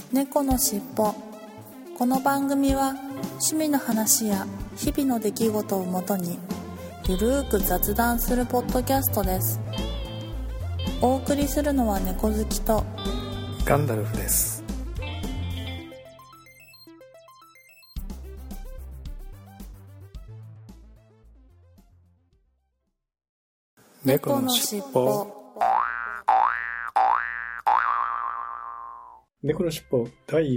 猫のしっぽ。この番組は趣味の話や日々の出来事をもとにゆるーく雑談するポッドキャストです。お送りするのは猫好きとガンダルフです。 猫のしっぽ。 猫のしっぽ第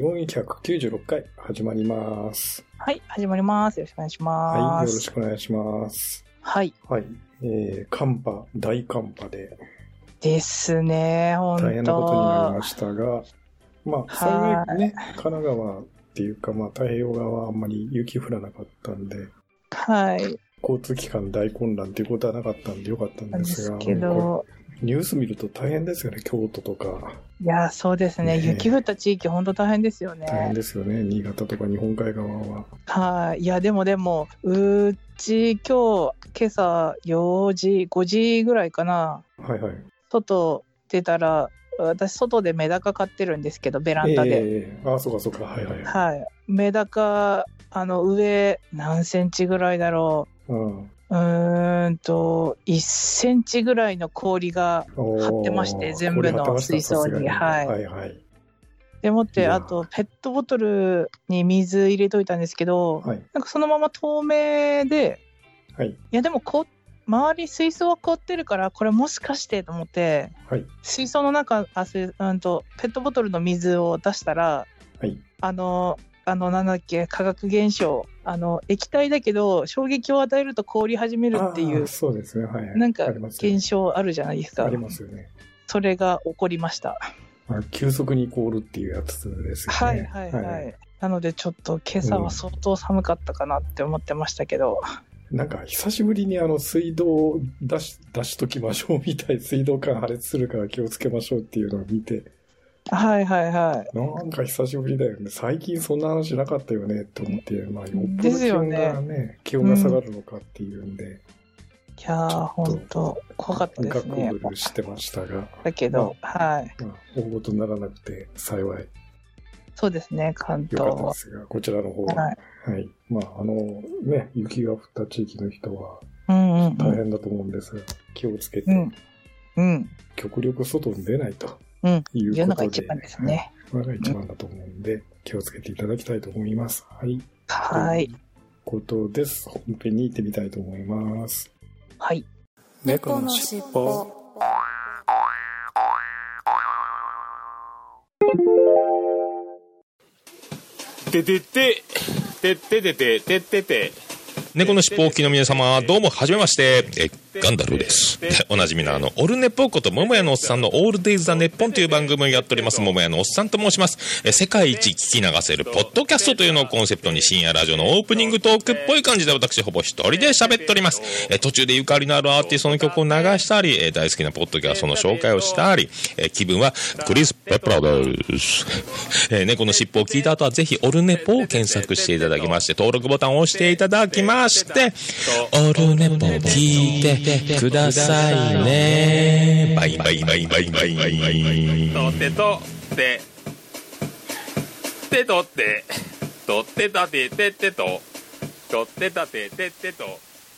496回始まります。 はい、始まります。よろしくお願いします。 はい、よろしくお願いします。 はい。 はい、寒波、大寒波でですね、本当大変なことになりましたが、まあ幸いね、神奈川っていうかまあ太平洋側はあんまり雪降らなかったんで、 はい。 交通機関大混乱っていうことはなかったんでよかったんですが、 ですけどニュース見ると大変ですよね、京都とか。 いや、そうですね。雪降った地域本当大変ですよね。 大変ですよね、新潟とか日本海側は。 はい。いや、でも、うち今朝4時、5時ぐらいかな。 はいはい。 外出たら、私外でメダカ飼ってるんですけど、ベランダで。 ああ、そうかそうか。はいはい。 はい。メダカ、上何センチぐらいだろう。1センチぐらいの氷が張ってまして、全部の水槽に。はい。 はいはい。 でもって、あと、ペットボトルに水入れといたんですけど、 はい、 なんかそのまま透明で、 はい。 いやでも周り水槽は凍ってるから、これもしかしてと思って、はい、水槽の中、ペットボトルの水を出したら、 はい、 なんだっけ、化学現象、液体だけど衝撃を与えると凍り始めるっていう、 そうですね、はい、 なんか現象あるじゃないですか。 ありますよね。 それが起こりました。 急速に凍るっていうやつですよね。 はいはいはい。なのでちょっと今朝は相当寒かったかなって思ってましたけど。 なんか久しぶりに水道を出しときましょうみたい、水道管破裂するから気をつけましょうっていうのを見て。 はいはいはい。 なんか久しぶりだよね。最近そんな話なかったよねと思って、まあよっぽど気温が下がるのかっていうんで。いやー、ほんと怖かったですね。 ガクブルしてましたが。 だけど、はい。 大ごとにならなくて幸い。 そうですね、関東。 よかったですが、こちらの方は。はい。まあ、雪が降った地域の人は、大変だと思うんですが、気をつけて、極力外に出ないということで、 いうのが一番ですね。 これが一番だと思うんで、気をつけていただきたいと思います。はい。 はい。 ということです。本編に行ってみたいと思います。 はい。 猫のしっぽ。 てててててててててて猫のしっぽお聞きの皆様、どうもはじめまして、ガンダルフです。おなじみのオルネポこと桃屋のおっさんのオールデイズ・ザ・ネッポンという番組をやっております桃屋のおっさんと申します。世界一聞き流せるポッドキャストというのをコンセプトに深夜ラジオのオープニングトークっぽい感じで私ほぼ一人で喋っております。途中でゆかりのあるアーティストの曲を流したり、大好きなポッドキャストの紹介をしたり、気分はクリス・ペプラーです。猫のしっぽを聞いた後はぜひオルネポを検索していただきまして、登録ボタンを押していただきまして、オルネポ聞いてくださいね。バイバイバイバイバイバイ。とってとっててとってとってたててってととってたててってと。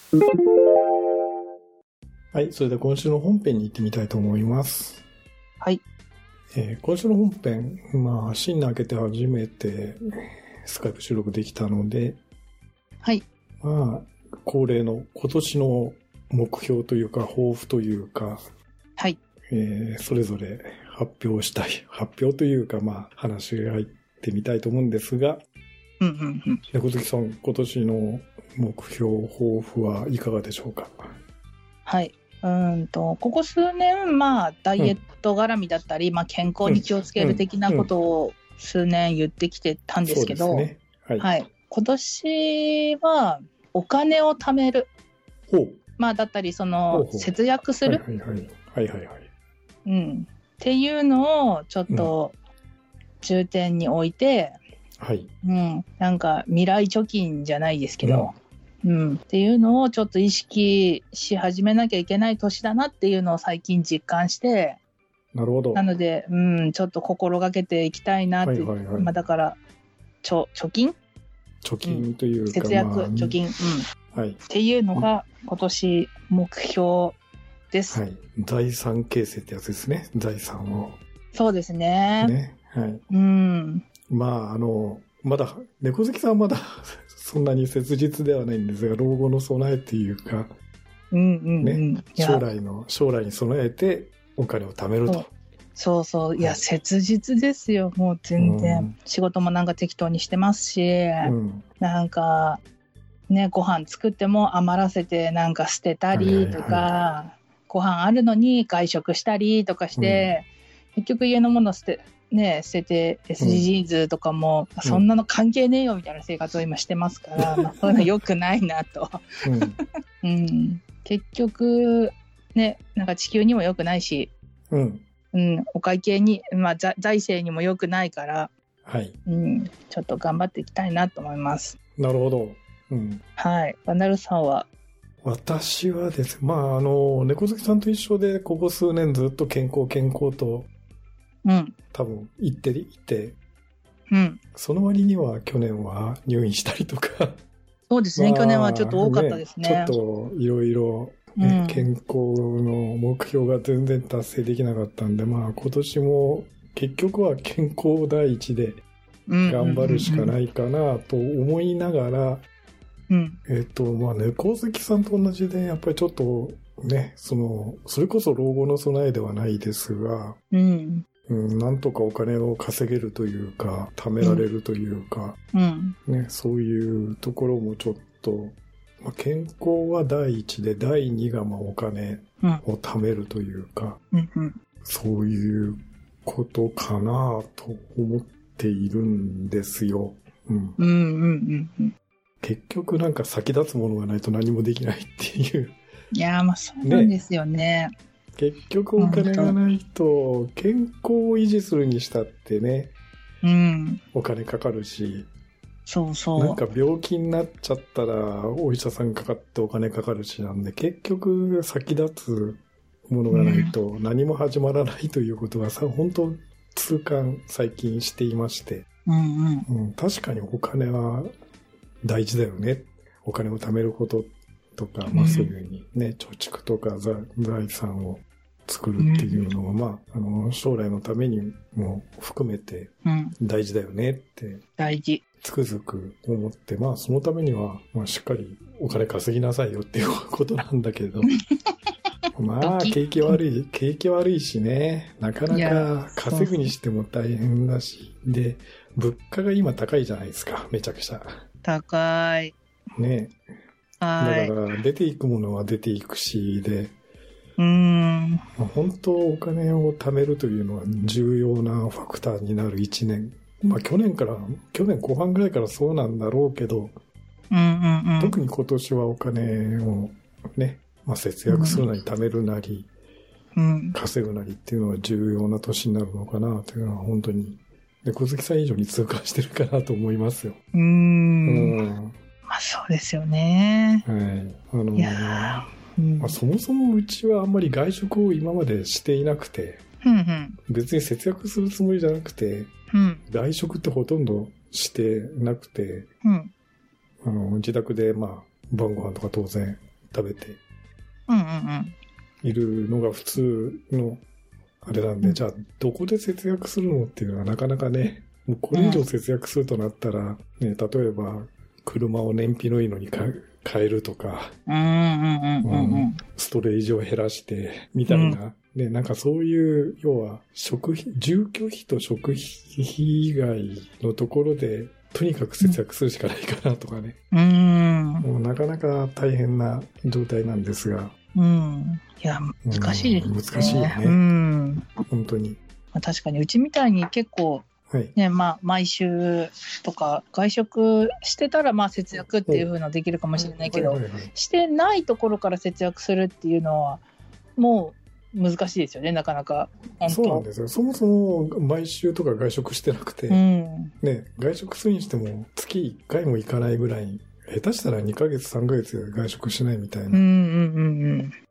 はい、それでは今週の本編に行ってみたいと思います。 はい。 今週の本編、まあ新年明けて初めてスカイプ収録できたので、 はい。 まあ恒例の今年の目標というか抱負というか、 はい。 それぞれ発表というか、まあ話し合ってみたいと思うんですが、猫好きさん、今年の目標抱負はいかがでしょうか？ はい。ここ数年、まあダイエット絡みだったり、まあ健康に気をつける的なことを数年言ってきてたんですけど、 そうですね。はい。 はい。今年はお金を貯める。 ほう。 まあだったり節約する。 はい。 っていうのをちょっと重点に置いて、なんか未来貯金じゃないですけど、っていうのをちょっと意識し始めなきゃいけない年だなっていうのを最近実感して、 なるほど。 なので、ちょっと心がけていきたいなって。だから、貯金というか。 節約、貯金。はい。っていうのが今年目標です。 はい。財産形成ってやつですね。財産を。 そうですね。 ね。はい。まだ、猫好きさんはまだそんなに切実ではないんですが、老後の備えっていうか、将来に備えてお金を貯めると。 そうそう。いや、切実ですよ。もう全然。仕事もなんか適当にしてますし、なんか、ね、ご飯作っても余らせてなんか捨てたりとか、ご飯あるのに外食したりとかして、結局家のもの捨てて SDGs とかも、そんなの関係ねえよみたいな生活を今してますから、そういうの良くないなと。結局、ね、なんか地球にも良くないし、お会計に、財政にも良くないから、ちょっと頑張っていきたいなと思います。 なるほど。 はい。バナルさんは？ 私はですね、猫好きさんと一緒で、ここ数年ずっと健康と、多分言って、その割には去年は入院したりとか。 そうですね、去年はちょっと多かったですね。 ちょっといろいろ健康の目標が全然達成できなかったんで、今年も結局は健康第一で頑張るしかないかなと思いながら、猫好きさんと同じで、やっぱりちょっとね、それこそ老後の備えではないですが、なんとかお金を稼げるというか、貯められるというか、そういうところもちょっと、健康は第一で、第二がお金を貯めるというか、そういうことかなと思っているんですよ。結局なんか先立つものがないと何もできないっていう。 いやそうなんですよね。 結局お金がないと健康を維持するにしたってね、お金かかるし、なんか病気になっちゃったらお医者さんかかってお金かかるしなんで、結局先立つものがないと何も始まらないということが本当痛感最近していまして、確かにお金は大事だよね。お金を貯めることとか、そういうふうにね、貯蓄とか財産を作るっていうのは、将来のためにも含めて大事だよねって、つくづく思って、そのためには、しっかりお金稼ぎなさいよっていうことなんだけど、景気悪いしね、なかなか稼ぐにしても大変だし、で、物価が今高いじゃないですか、めちゃくちゃ。 高い。 ね。だから出ていくものは出ていくし、で、本当お金を貯めるというのは重要なファクターになる1年。去年後半ぐらいからそうなんだろうけど、特に今年はお金をね、節約するなり貯めるなり、稼ぐなりっていうのが重要な年になるのかなというのは本当に猫好きさん以上に痛感してるかなと思いますよ。 そうですよね。 はい。そもそもうちはあんまり外食を今までしていなくて、別に節約するつもりじゃなくて、外食ってほとんどしてなくて、自宅で晩ご飯とか当然食べているのが普通のあれなんで、じゃあどこで節約するのっていうのはなかなかね、もうこれ以上節約するとなったら、例えば車を燃費のいいのに変えるとか、ストレージを減らしてみたいな、なんかそういう要は住居費と食費以外のところでとにかく節約するしかないかなとかね、もうなかなか大変な状態なんですが、 いや難しいですね。 難しいよね。本当に。 確かにうちみたいに結構毎週とか外食してたら節約っていう風のできるかもしれないけど、してないところから節約するっていうのはもう難しいですよね、なかなか。 そうなんですよ。そもそも毎週とか外食してなくて、外食するにしても月1回も行かないぐらい、下手したら2ヶ月3ヶ月外食しないみたいな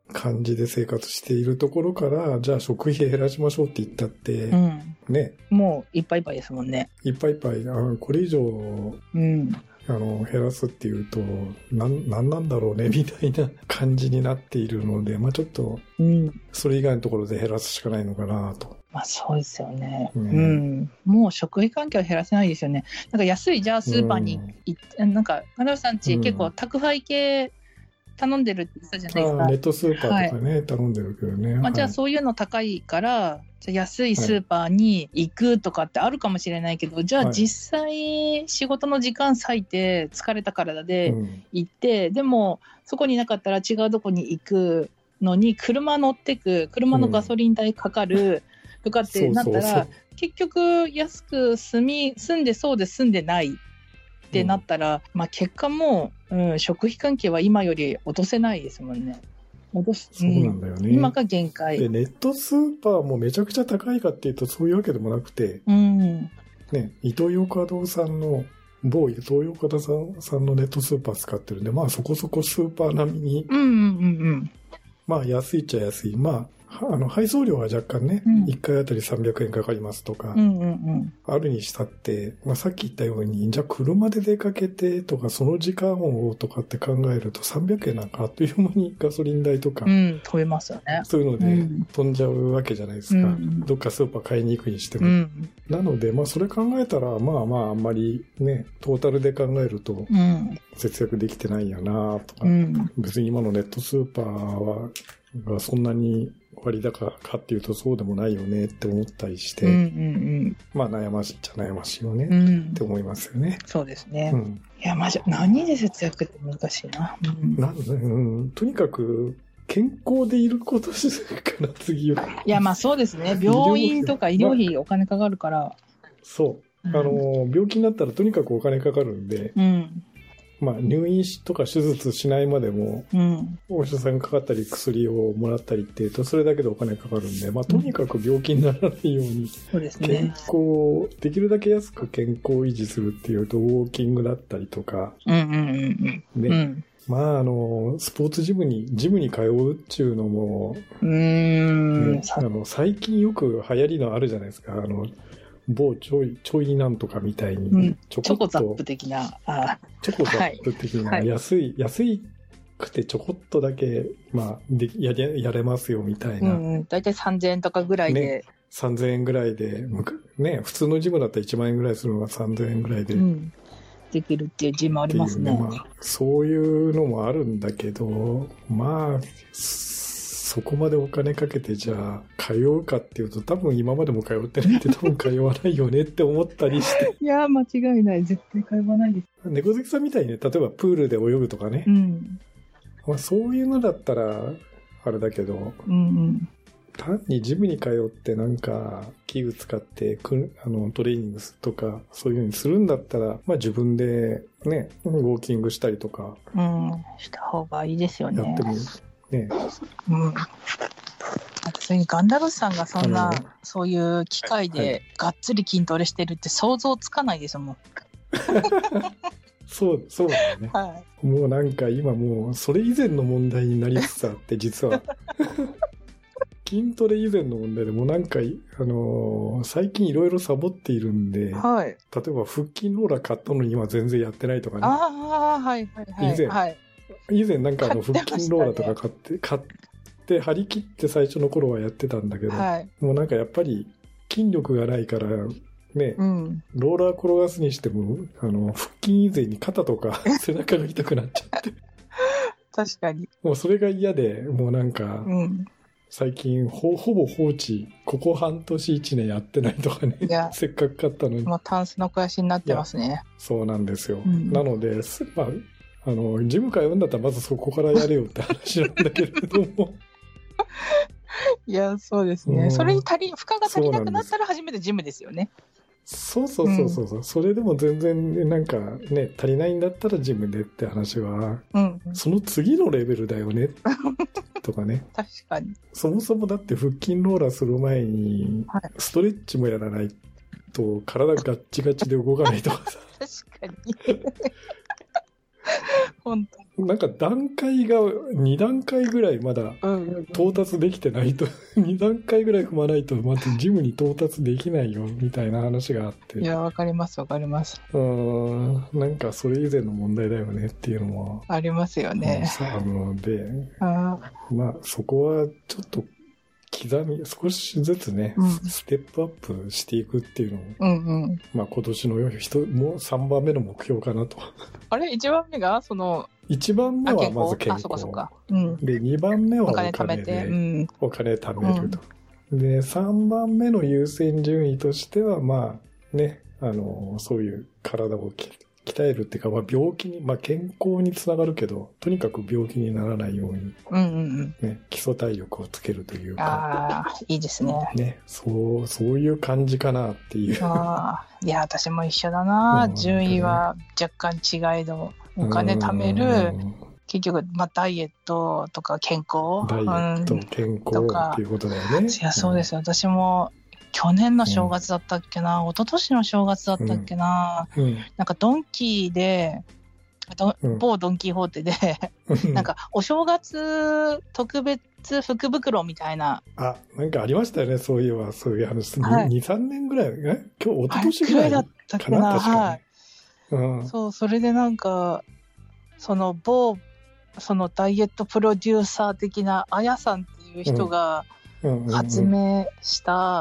感じで生活しているところから、じゃあ食費減らしましょうって言ったって、ね。 もういっぱいいっぱいですもんね。 いっぱいいっぱい。これ以上、減らすっていうと、なんなんだろうね、みたいな感じになっているので、まあちょっと、それ以外のところで減らすしかないのかなと。 まあそうですよね。もう食費関係は減らせないですよね。なんか安い、じゃあスーパーに行って、なんか、金田さんち結構宅配系頼んでるって言ったじゃないですか。 ネットスーパーとかね、頼んでるけどね。 まあじゃあそういうの高いから、じゃあ安いスーパーに行くとかってあるかもしれないけど、じゃあ実際仕事の時間割いて疲れた体で行って、でもそこになかったら違うとこに行くのに車乗ってく、車のガソリン代かかるとかってなったら、結局安く住んでそうで住んでないってなったら、まあ結果も、食費関係は今より落とせないですもんね。 そうなんだよね。 今が限界。 で、ネットスーパーもめちゃくちゃ高いかっていうとそういうわけでもなくて、ね、イトーヨーカドーさんの、某イトーヨーカドーさんのネットスーパー使ってるんで、まあそこそこスーパー並みに、まあ安いっちゃ安い。まあ、配送料は若干ね、1回あたり300円かかりますとか、あるにしたって、まあさっき言ったように、じゃあ車で出かけてとか、その時間をとかって考えると300円なんかあっという間にガソリン代とか、 飛びますよね。 そういうので飛んじゃうわけじゃないですか。どっかスーパー買いに行くにしても。なので、まあそれ考えたら、まあまああんまりね、トータルで考えると、節約できてないよなとか、別に今のネットスーパーがそんなに割高かっていうとそうでもないよねって思ったりして、まあ悩ましいっちゃ悩ましいよね、って思いますよね。 そうですね。いや、まじ何で節約って難しいな。 とにかく健康でいることかな、次は。 いや、まあそうですね。病院とか医療費お金かかるから。 そう。病気になったらとにかくお金かかるんで、まあ、入院とか手術しないまでも、お医者さんがかかったり薬をもらったりっていうとそれだけでお金かかるんで、まあ、とにかく病気にならないように、健康、できるだけ安く健康を維持するっていうとウォーキングだったりとか、ね、まあスポーツジムに通うっていうのも、最近よく流行りのあるじゃないですか、某ちょいなんとかみたいに、 チョコザップ的な。 チョコザップ的な、安いくてちょこっとだけ、まあ、やれますよみたいな。 だいたい3000円とかぐらいで。 ね、3000円ぐらいで、ね、普通のジムだったら1万円ぐらいするのが3000円ぐらいで。 できるっていうジムありますね。 まあ、そういうのもあるんだけど、まあ、そこまでお金かけてじゃあ通うかっていうと多分今までも通ってないって多分通わないよねって思ったりしていや間違いない、絶対通わないです。 猫好きさんみたいにね、例えばプールで泳ぐとかね、まあ、そういうのだったらあれだけど、単にジムに通ってなんか器具使ってトレーニングとかそういう風にするんだったら、まあ自分でねウォーキングしたりとか、 した方がいいですよね。 やってもね、 それにガンダルスさんがそういう機械でがっつり筋トレしてるって想像つかないですもん。 そうだよね、もうなんか今もうそれ以前の問題になりつつあって実は筋トレ以前の問題でもうなんか最近いろいろサボっているんで、例えば腹筋ローラー買ったのに今全然やってないとかね。以前なんか腹筋ローラーとか買って張り切って最初の頃はやってたんだけど、もうなんかやっぱり筋力がないからね、ローラー転がすにしても腹筋以前に肩とか背中が痛くなっちゃって確かにもうそれが嫌で、もうなんか、最近ほぼ放置、ここ半年1年やってないとかねせっかく買ったのにもうタンスの肥やしになってますね。 そうなんですよ、なので、まあジム通うんだったらまずそこからやれよって話なんだけれどもいやそうですね、それに負荷が足りなくなったら初めてジムですよね。 そう、それでも全然なんかね足りないんだったらジムでって話は、その次のレベルだよねとかね確かにそもそもだって腹筋ローラーする前にストレッチもやらないと体ガッチガチで動かないとかさ確かに本当になんか段階が2段階ぐらいまだ到達できてないと、2段階ぐらい踏まないとまずジムに到達できないよみたいな話があって。 いや、わかりますわかります。 なんかそれ以前の問題だよねっていうのもありますよね。 あるので、まあそこはちょっと少しずつね、ステップアップしていくっていうのを、まあ今年のもう3番目の目標かなと。 あれ ?1 番目が 1番目はまず健康。で、2番目はお金でお金貯めると。で、3番目の優先順位としては、まあね、そういう体を鍛えるっていうか、まあ、病気に、まあ、健康につながるけど、とにかく病気にならないように、ね、基礎体力をつけるというか。 ああ、いいですね。 ね、そういう感じかなっていう。 いや、私も一緒だな。順位は若干違いど、お金貯める、結局、まあ、ダイエットとか健康。 ダイエット、健康っていうことだよね。 いや、そうです。私も、去年の正月だったっけな、一昨年の正月だったっけな、なんかドンキーで、某ドンキーホーテで、なんかお正月特別福袋みたいな。 なんかありましたよね、そういえば、そういう話。2、3年ぐらい、今日、一昨年ぐらいだったっけな、はい。 そう、それでなんか、そのダイエットプロデューサー的なあやさんっていう人が発明した、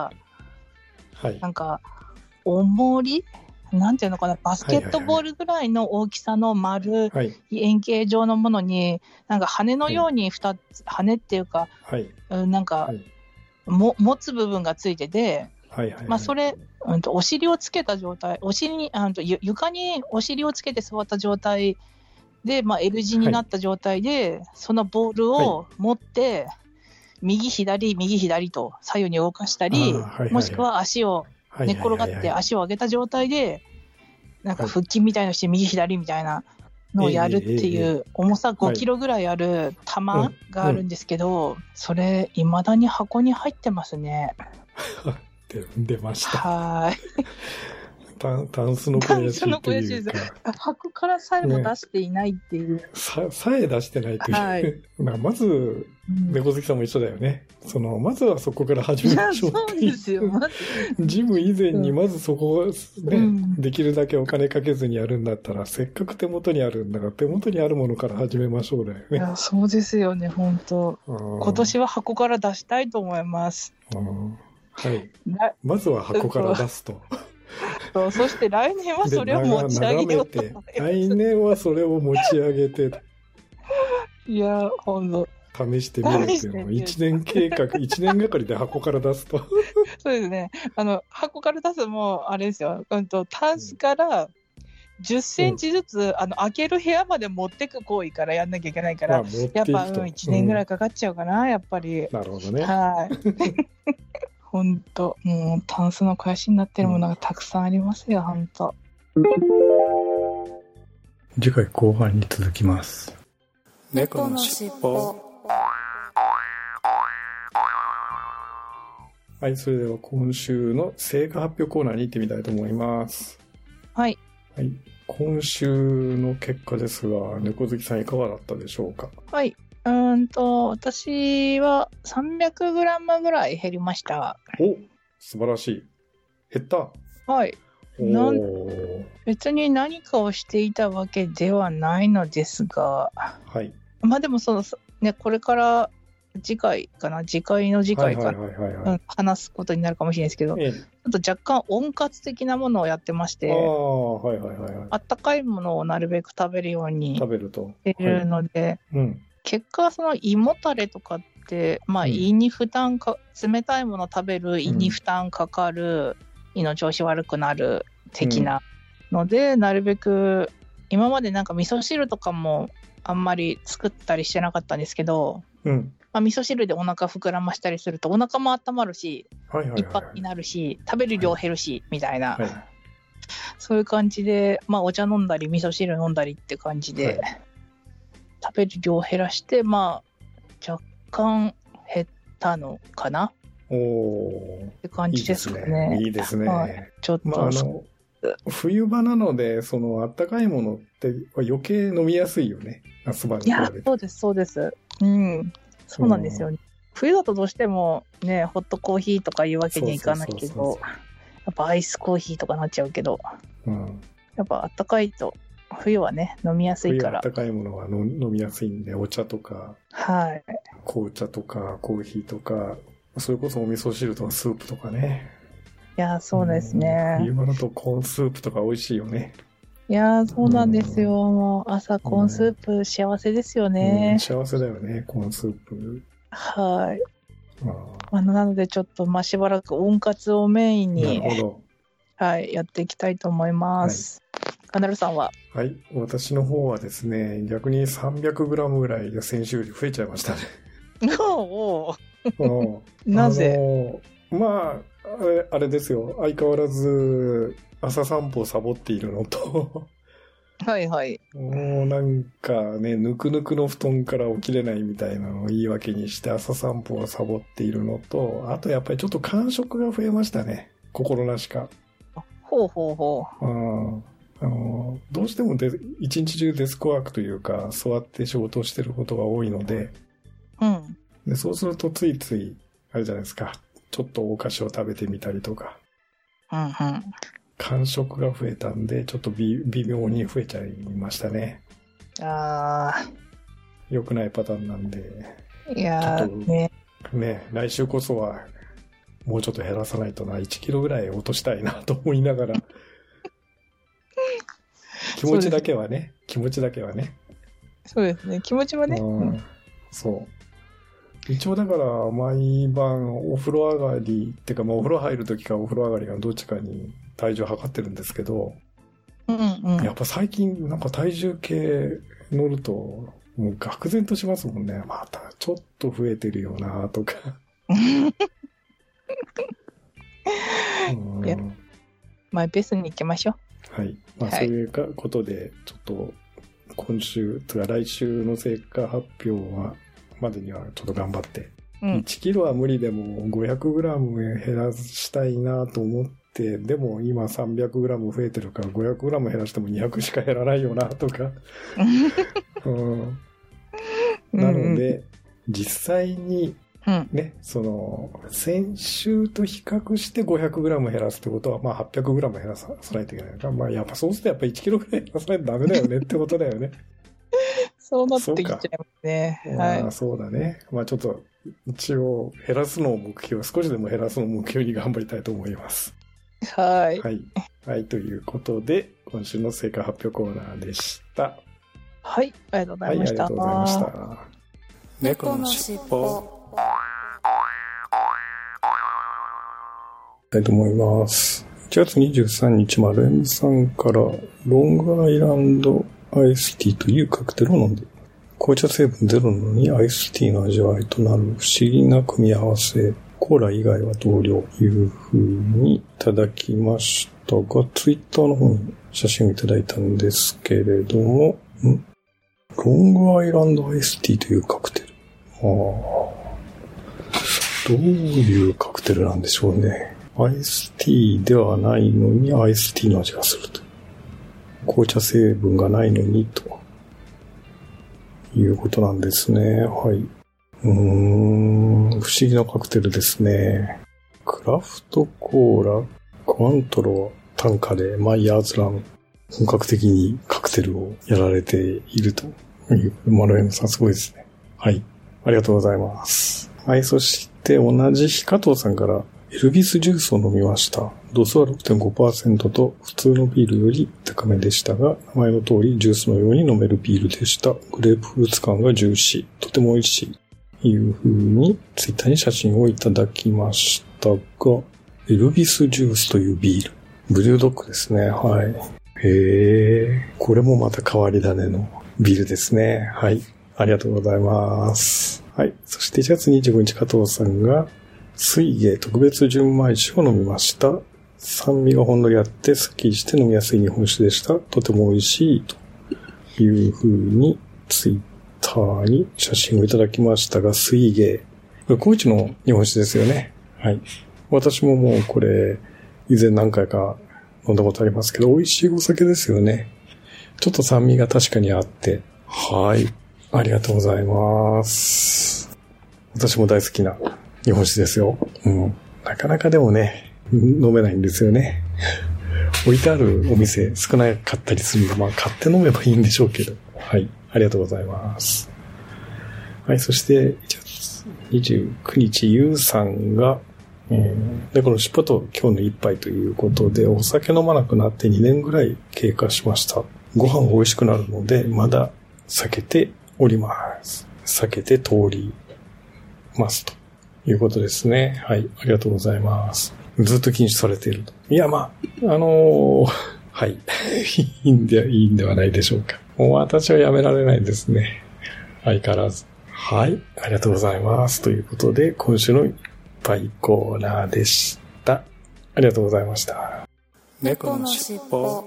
なんか、重りなんていうのかな、バスケットボールぐらいの大きさの丸い円形状のものに、なんか羽のように2つ、羽っていうか、なんか、持つ部分がついてて、まあそれ、お尻をつけた状態、床にお尻をつけて座った状態で、まあ L 字になった状態で、そのボールを持って、右左と左右に動かしたり、もしくは足を寝っ転がって足を上げた状態で、なんか腹筋みたいのして右左みたいなのをやるっていう、重さ5キロぐらいある玉があるんですけど、それ未だに箱に入ってますね。 出ました。 はい。 タンスの肥やしというか。 箱からさえも出していないっていう。 さえ出してないという。まず、猫好きさんも一緒だよね。まずはそこから始めましょうっていう。そうですよ。ジム以前にまずそこをね、できるだけお金かけずにやるんだったら、せっかく手元にあるんだから、手元にあるものから始めましょうだよね。 いや、そうですよね、本当。今年は箱から出したいと思います。 はい。まずは箱から出すと。 そして来年はそれを持ち上げようと。 来年はそれを持ち上げて。 いや、ほんと。 試してみるっていうのを1年計画、1年がかりで箱から出すと。 そうですね。箱から出すも、あれですよ。タンスから10センチずつ、開ける部屋まで持ってく行為からやんなきゃいけないから、やっぱ、1年ぐらいかかっちゃうかな、やっぱり。 なるほどね。 はい。ほんと、もう、タンスの肥やしになってるものがたくさんありますよ、ほんと。 次回後半に続きます。 猫のしっぽ。 はい、それでは今週の成果発表コーナーに行ってみたいと思います。 はい。 はい、今週の結果ですが、猫好きさんいかがだったでしょうか？ はい。私は 300g ぐらい減りました。 お、素晴らしい。減った？ はい。別に何かをしていたわけではないのですが、 はい。 まあでもこれから次回かな、次回かな、話すことになるかもしれないですけど、ちょっと若干温活的なものをやってまして、あったかいものをなるべく食べるようにしてるので、結果胃もたれとかって、まあ胃に負担冷たいもの食べる胃に負担かかる、胃の調子悪くなる的なので、なるべく今までなんか味噌汁とかもあんまり作ったりしてなかったんですけど、まあ、味噌汁でお腹膨らましたりするとお腹も温まるし、いっぱいになるし、食べる量減るし、みたいな、そういう感じで、まあお茶飲んだり味噌汁飲んだりって感じで、食べる量減らして、まあ若干減ったのかなって感じですかね。 いいですね。 ちょっと、 冬場なので、そのあったかいものって余計飲みやすいよね。夏場に比べて。 いや、そうです、そうです。うん。そうなんですよね。冬だとどうしてもね、ホットコーヒーとかいうわけにはいかないけど、やっぱアイスコーヒーとかなっちゃうけど、やっぱあったかいと、冬はね、飲みやすいから。 冬あったかいものは飲みやすいんで、お茶とか、 はい。 紅茶とか、コーヒーとか、それこそお味噌汁とかスープとかね。 いや、そうですね。 冬場だとコーンスープとか美味しいよね。 いや、そうなんですよ。もう朝コーンスープ幸せですよね。 幸せだよね、コーンスープ。 はい。なのでちょっとしばらく温活をメインに、はい、やっていきたいと思います。カナルさんは？ はい、私の方はですね、逆に 300g ぐらいで先週より増えちゃいましたね。 なぜ？ まあ、あれですよ。相変わらず朝散歩をサボっているのとはいはい。 もうなんかね、ぬくぬくの布団から起きれないみたいなのを言い訳にして朝散歩をサボっているのと、あとやっぱりちょっと間食が増えましたね。心なしか。 ほうほうほう。どうしても一日中デスクワークというか、座って仕事をしてることが多いので、でそうするとついつい、あれじゃないですか、ちょっとお菓子を食べてみたりとか。間食が増えたんで、ちょっと微妙に増えちゃいましたね。良くないパターンなんで。 いやーね、来週こそは、もうちょっと減らさないとな、1キロぐらい落としたいなと思いながら。気持ちだけはね。 そうですね、気持ちはね。 そう。一応だから、毎晩お風呂上がり、ってかお風呂入るときかお風呂上がりがどっちかに体重測ってるんですけど、やっぱ最近なんか体重計乗ると、もう愕然としますもんね。またちょっと増えてるよなとか。 いや、マイペースに行きましょう。はい。そういうことで、ちょっと今週、来週の成果発表は、までにはちょっと頑張って、1キロは無理でも 500g 減らしたいなと思って、でも今 300g 増えてるから 500g 減らしても200しか減らないよなとか、なので実際にね、その先週と比較して 500g 減らすってことは800g 減らさないといけないから、やっぱそうするとやっぱ1キロぐらい減らさないとダメだよねってことだよね。 そうなってきちゃいますね。はい。 そうだね。ちょっと、一応、減らすのを目標、少しでも減らすのを目標に頑張りたいと思います。 はい。 はい。ということで、今週の成果発表コーナーでした。 はい。ありがとうございました。 ありがとうございました。猫のしっぽ。たいと思います。1月23日、丸 M さんから、ロングアイランドアイスティーというカクテルを飲んで、紅茶成分ゼロなのにアイスティーの味わいとなる不思議な組み合わせ、コーラ以外は同量という風にいただきましたが、ツイッターの方に写真をいただいたんですけれども、ロングアイランドアイスティーというカクテル。どういうカクテルなんでしょうね。アイスティーではないのにアイスティーの味がすると。紅茶成分がないのにということなんですね。はい。不思議なカクテルですね。クラフトコーラ、コアントロ、タンカレー、マイヤーズラム。本格的にカクテルをやられているという。マロエムさんすごいですね。はい。ありがとうございます。はい。そして同じ日加藤さんからエルビスジュースを飲みました。度数は 6.5% と普通のビールより高めでしたが、名前の通りジュースのように飲めるビールでした。グレープフルーツ感がジューシー。とても美味しい。という風にツイッターに写真をいただきましたが、エルビスジュースというビール。ブリュードッグですね。はい。これもまた変わり種のビールですね。はい。ありがとうございます。はい。そして1月25日加藤さんが、水芸特別純米酒を飲みました。酸味がほんのりあってスッキリして飲みやすい日本酒でした。とても美味しいという風にツイッターに写真をいただきましたが、水芸。これ高知の日本酒ですよね。はい。私ももうこれ以前何回か飲んだことありますけど、美味しいお酒ですよね。ちょっと酸味が確かにあって。はい。ありがとうございます。私も大好きな日本酒ですよ。なかなかでもね、飲めないんですよね。置いてあるお店少なかったりするので、まあ買って飲めばいいんでしょうけど。はい。ありがとうございます。はい。そして、29日、ゆうさんが、で、この尻尾と今日の一杯ということで、お酒飲まなくなって2年ぐらい経過しました。ご飯美味しくなるので、まだ避けております。避けて通りますということですね。はい。ありがとうございます。ずっと禁止されていると。いや、まあ、はい。いいんではないでしょうか。もう私はやめられないですね。相変わらず。はい。ありがとうございます。ということで、今週の一杯コーナーでした。ありがとうございました。 猫のしっぽ。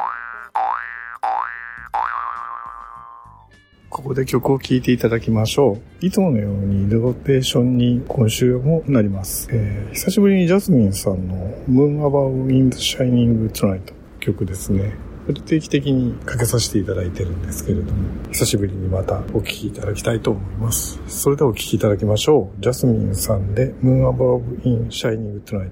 ここで曲を聴いていただきましょう。いつものようにローテーションに今週もなります。久しぶりにジャスミンさんの Moon Above in the Shining Tonight 曲ですね。これ定期的にかけさせていただいてるんですけれども、久しぶりにまたお聴きいただきたいと思います。それではお聴きいただきましょう。ジャスミンさんで Moon Above in Shining Tonight。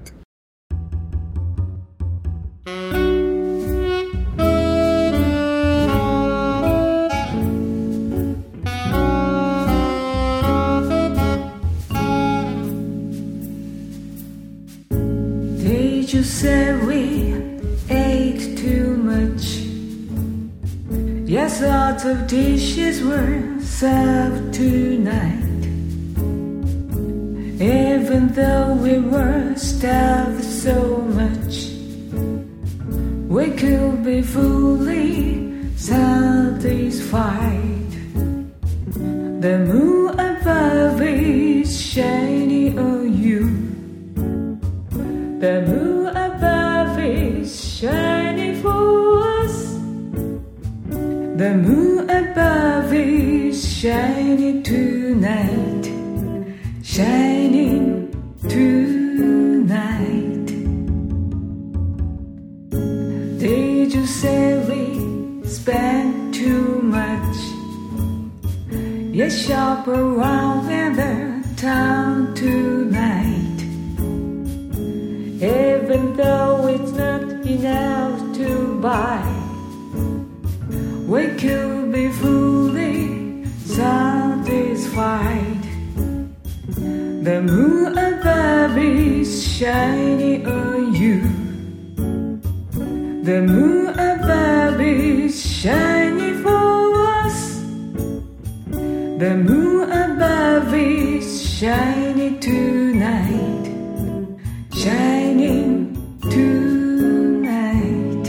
You said we ate too much. Yes, lots of dishes were served tonight. Even though we were starved so much, we could be fully satisfied. The moon above is shining on you.The moon above is shining for us. The moon above is shining tonight. Shining tonight. Did you say we spent too much? Yes, shop around in the town tonight.Even though it's not enough to buy, we could be fully satisfied. The moon above is shining on you. The moon above is shining for us. The moon above is shining tonight.Shining tonight.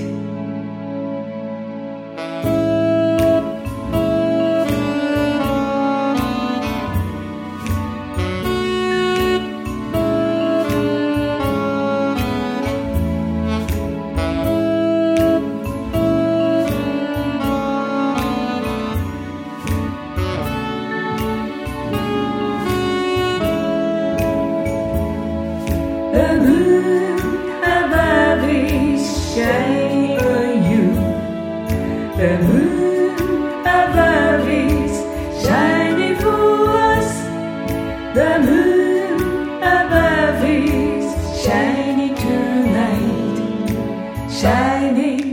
The moon above is shining on you. The moon above is shining for us. The moon above is shining tonight. Shining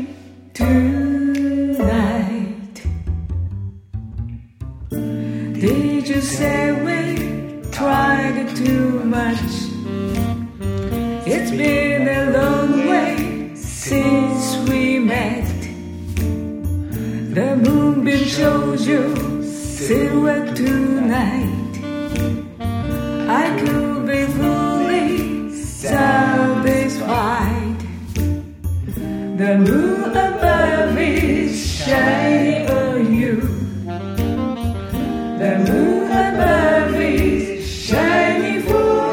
tonight. Did you say we tried too much?It's been a long way since we met. The moonbeam shows you silhouette tonight. I could be fully satisfied. The moon above is shining on you. The moon above is shining for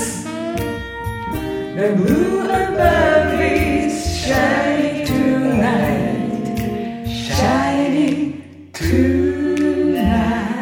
us.The moon above is shining tonight, shining tonight.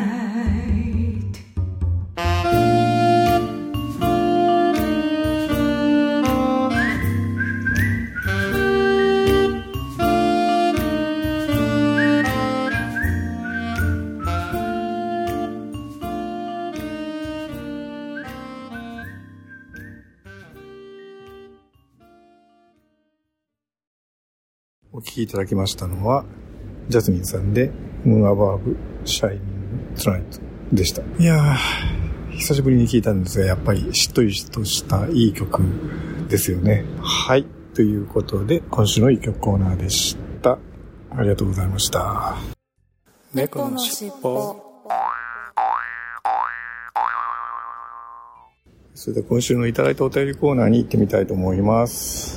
お聴きいただきましたのは、ジャスミンさんで、ムーンアバーブ、シャイニング・トゥナイトでした。いやー、久しぶりに聴いたんですが、やっぱりしっとりとしたいい曲ですよね。はい。ということで、今週の一曲コーナーでした。ありがとうございました。 猫のしっぽ。 それでは今週のいただいたお便りコーナーに行ってみたいと思います。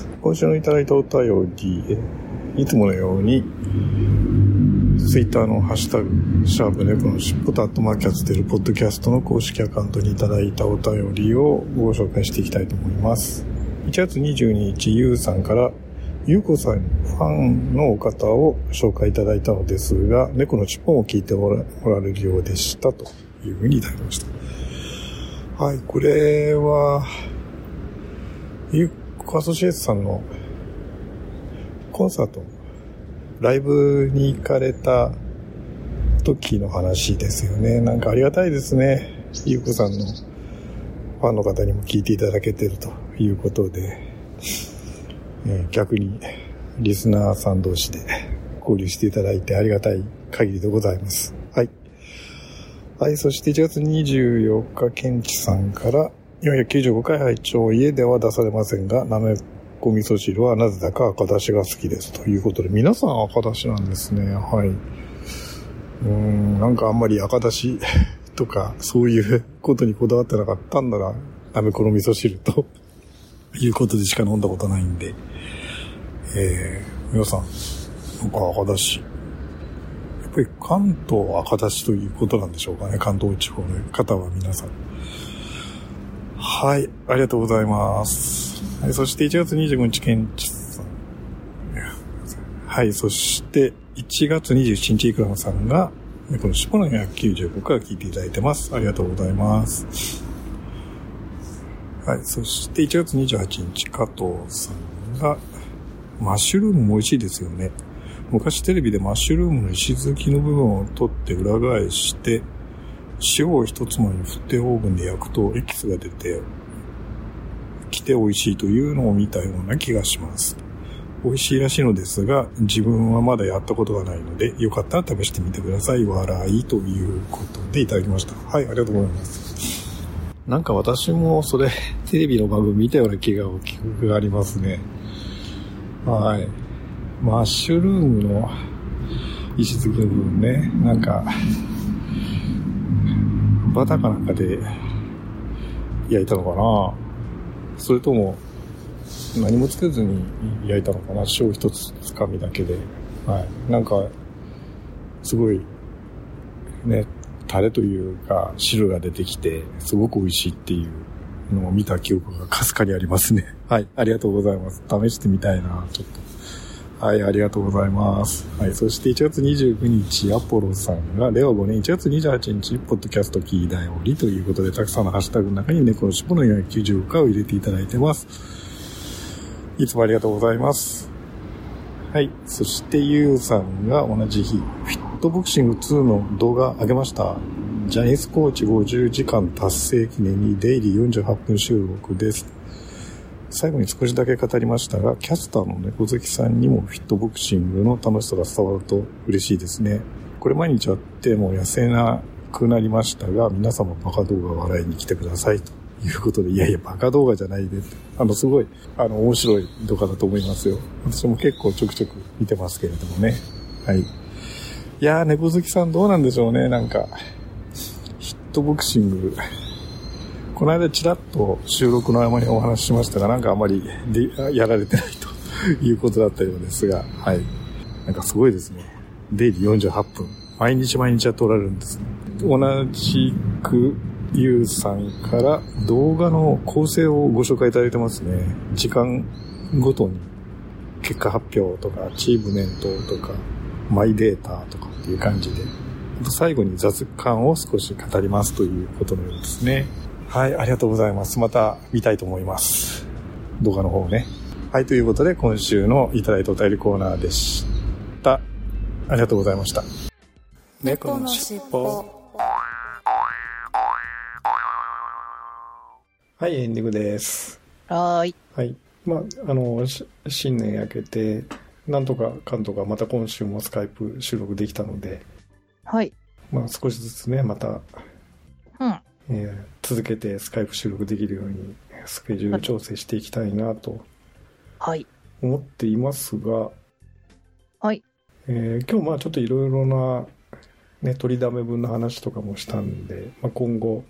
今週のいただいたお便り、いつものように、ツイッターのハッシュタグ、シャープ猫のしっぽとキャステルポッドキャストの公式アカウントにいただいたお便りをご紹介していきたいと思います。1月22日、ゆうさんから、ゆうこさんファンのお方を紹介いただいたのですが、猫のしっぽも聞いておられるようでしたというふうにいただきました。はい、これは、ゆうこアソシエイトさんのコンサート、ライブに行かれた時の話ですよね。なんかありがたいですね。ゆうこさんのファンの方にも聞いていただけているということで、逆にリスナーさん同士で交流していただいてありがたい限りでございます。はい。はい、そして1月24日、ケンチさんから495回拝聴、家では出されませんが、なめこ味噌汁はなぜだか赤だしが好きですということで、皆さん赤だしなんですね。はい。なんかあんまり赤だしとかそういうことにこだわってなかったんなら、なめこの味噌汁ということでしか飲んだことないんで、皆さん、なんか赤だし。やっぱり関東は赤だしということなんでしょうかね。関東地方の方は皆さん。はい、ありがとうございます。はい、そして1月25日、ケンチさん。はい、そして1月27日、イクラマさんが、このしっぽの195から聞いていただいてます。ありがとうございます。はい、そして1月28日、加藤さんが、マッシュルームも美味しいですよね。昔テレビでマッシュルームの石突きの部分を取って裏返して、塩を一つまみ振ってオーブンで焼くとエキスが出てきて美味しいというのを見たような気がします。美味しいらしいのですが、自分はまだやったことがないので、よかったら試してみてください。笑いということでいただきました。はい、ありがとうございます。なんか私もそれテレビの番組見たような記憶がありますね。はい。マッシュルームの石突きの部分ね、なんかバターかなんかで焼いたのかな、それとも何もつけずに焼いたのかな、塩一つつかみだけで、はい、なんかすごいね、タレというか汁が出てきてすごく美味しいっていうのを見た記憶がかすかにありますね。はい、ありがとうございます。試してみたいな、ちょっと。はい、ありがとうございます。はい、そして1月29日、アポロさんが、令和5年1月28日、ポッドキャスト聞いたよりということで、たくさんのハッシュタグの中に猫のしっぽの495回を入れていただいてます。いつもありがとうございます。はい、そしてゆうさんが同じ日、フィットボクシング2の動画上げました。ジャニスコーチ50時間達成記念にデイリー48分収録です。最後に少しだけ語りましたが、キャスターの猫好きさんにもフィットボクシングの楽しさが伝わると嬉しいですね。これ毎日やっても痩せなくなりましたが、皆様バカ動画笑いに来てくださいということで、いやいやバカ動画じゃないで、すごい面白い動画だと思いますよ。私も結構ちょくちょく見てますけれどもね。はい。いやー、猫好きさんどうなんでしょうね。なんかフィットボクシング、この間ちらっと収録の合間にお話ししましたが、なんかあまりやられてないということだったようですが、はい。なんかすごいですね。デイリー48分。毎日やっておられるんですね。同じく、ゆうさんから動画の構成をご紹介いただいてますね。時間ごとに結果発表とか、チームメントとか、マイデータとかっていう感じで、最後に雑感を少し語りますということのようですね。はい、ありがとうございます。また見たいと思います。動画の方ね。はい、ということで今週のいただいたお便りコーナーでした。ありがとうございました。 猫のしっぽ。 はい、エンディングです。 はい。 はい。新年明けて、 なんとかかんとかまた今週もスカイプ収録できたので、 はい。 まあ少しずつね、また、続けてスカイプ収録できるようにスケジュール調整していきたいなと思っていますが、 はい。 今日まあちょっといろいろな、ね、取りだめ分の話とかもしたんで、まあ、今後、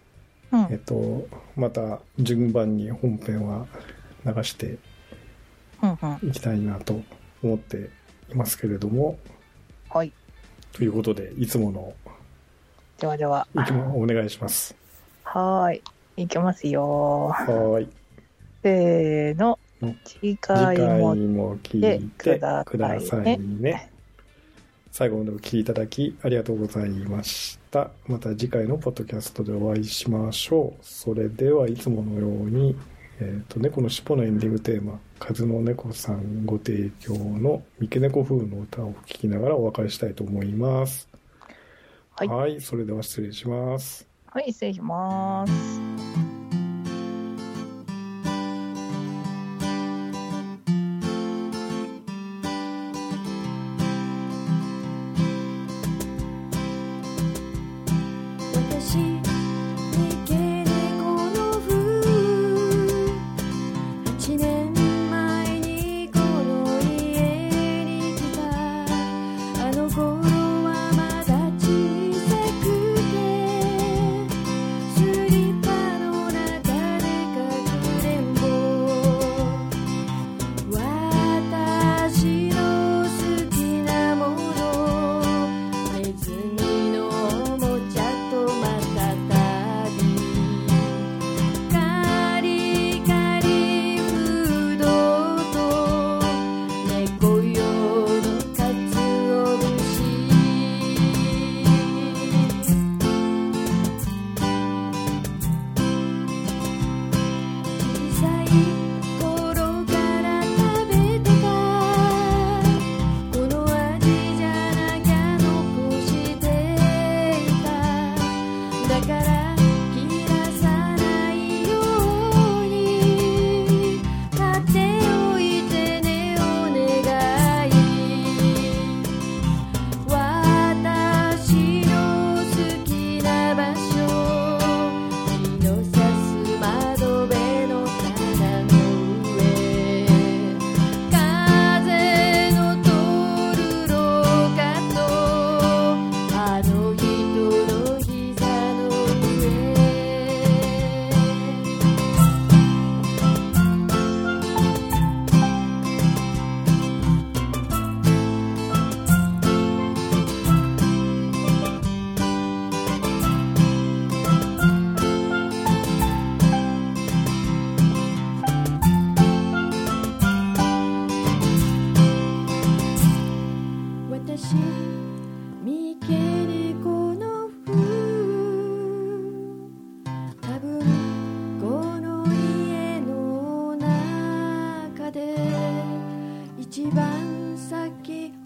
また順番に本編は流していきたいなと思っていますけれども、 はい。 ということでいつものではではお願いします。 はい。いきますよ。 はい。 せーの。次回も聞いてくださいね。最後までお聞きいただきありがとうございました。また次回のポッドキャストでお会いしましょう。それではいつものように、猫のしっぽのエンディングテーマ、風の猫さんご提供の三毛猫風の歌を聴きながらお別れしたいと思います。はい。はい、それでは失礼します。 はい、失礼します。 三毛猫の風、多分この家の中で一番先